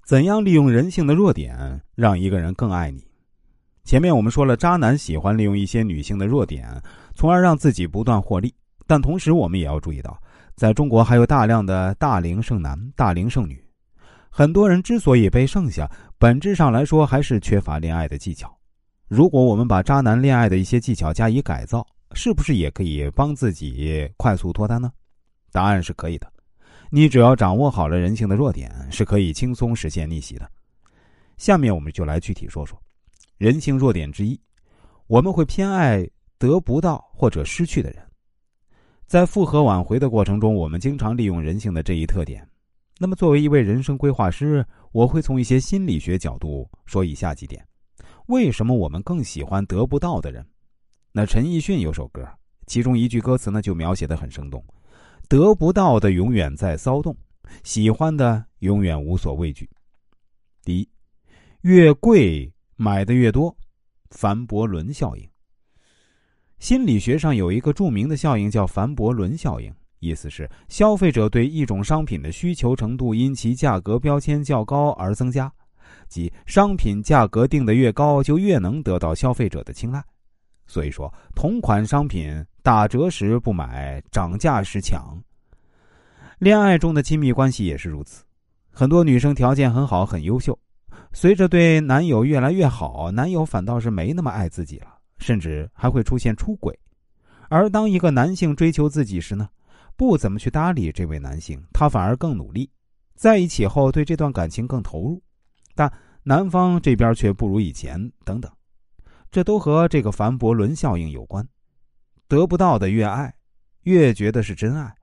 怎样利用人性的弱点让一个人更爱你？前面我们说了，渣男喜欢利用一些女性的弱点，从而让自己不断获利。但同时我们也要注意到，在中国还有大量的大龄剩男、大龄剩女。很多人之所以被剩下，本质上来说还是缺乏恋爱的技巧。如果我们把渣男恋爱的一些技巧加以改造，是不是也可以帮自己快速脱单呢？答案是可以的。你只要掌握好了人性的弱点，是可以轻松实现逆袭的。下面我们就来具体说说人性弱点之一，我们会偏爱得不到或者失去的人。在复合挽回的过程中，我们经常利用人性的这一特点。那么作为一位人生规划师，我会从一些心理学角度说以下几点。为什么我们更喜欢得不到的人？那陈奕迅有首歌，其中一句歌词呢就描写得很生动，得不到的永远在骚动，喜欢的永远无所畏惧。第一，越贵买的越多，凡伯伦效应。心理学上有一个著名的效应叫凡伯伦效应，意思是消费者对一种商品的需求程度因其价格标签较高而增加，即商品价格定得越高，就越能得到消费者的青睐。所以说，同款商品打折时不买，涨价时抢。恋爱中的亲密关系也是如此，很多女生条件很好，很优秀，随着对男友越来越好，男友反倒是没那么爱自己了，甚至还会出现出轨。而当一个男性追求自己时呢，不怎么去搭理这位男性，他反而更努力，在一起后对这段感情更投入，但男方这边却不如以前等等。这都和这个凡伯伦效应有关，得不到的越爱，越觉得是真爱。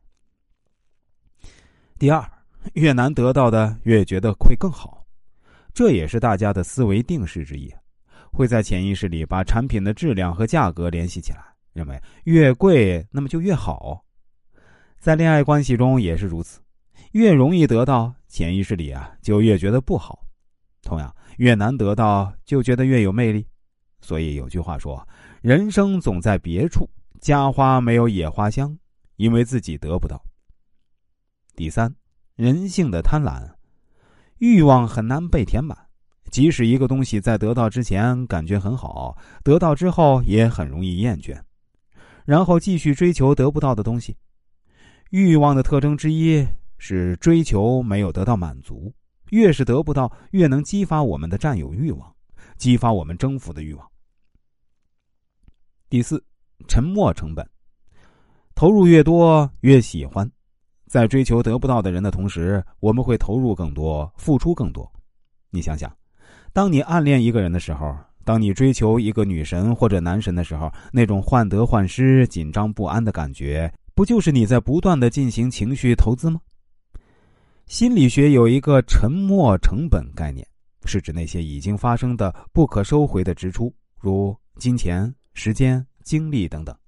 第二，越难得到的越觉得会更好，这也是大家的思维定式之一，会在潜意识里把产品的质量和价格联系起来，认为越贵那么就越好。在恋爱关系中也是如此，越容易得到，潜意识里就越觉得不好。同样，越难得到就觉得越有魅力。所以有句话说，人生总在别处，家花没有野花香，因为自己得不到。第三，人性的贪婪，欲望很难被填满，即使一个东西在得到之前感觉很好，得到之后也很容易厌倦，然后继续追求得不到的东西。欲望的特征之一是追求没有得到满足，越是得不到，越能激发我们的占有欲望，激发我们征服的欲望。第四，沉没成本，投入越多越喜欢。在追求得不到的人的同时，我们会投入更多，付出更多。你想想，当你暗恋一个人的时候，当你追求一个女神或者男神的时候，那种患得患失、紧张不安的感觉，不就是你在不断的进行情绪投资吗？心理学有一个沉没成本概念，是指那些已经发生的不可收回的支出，如金钱、时间、精力等等。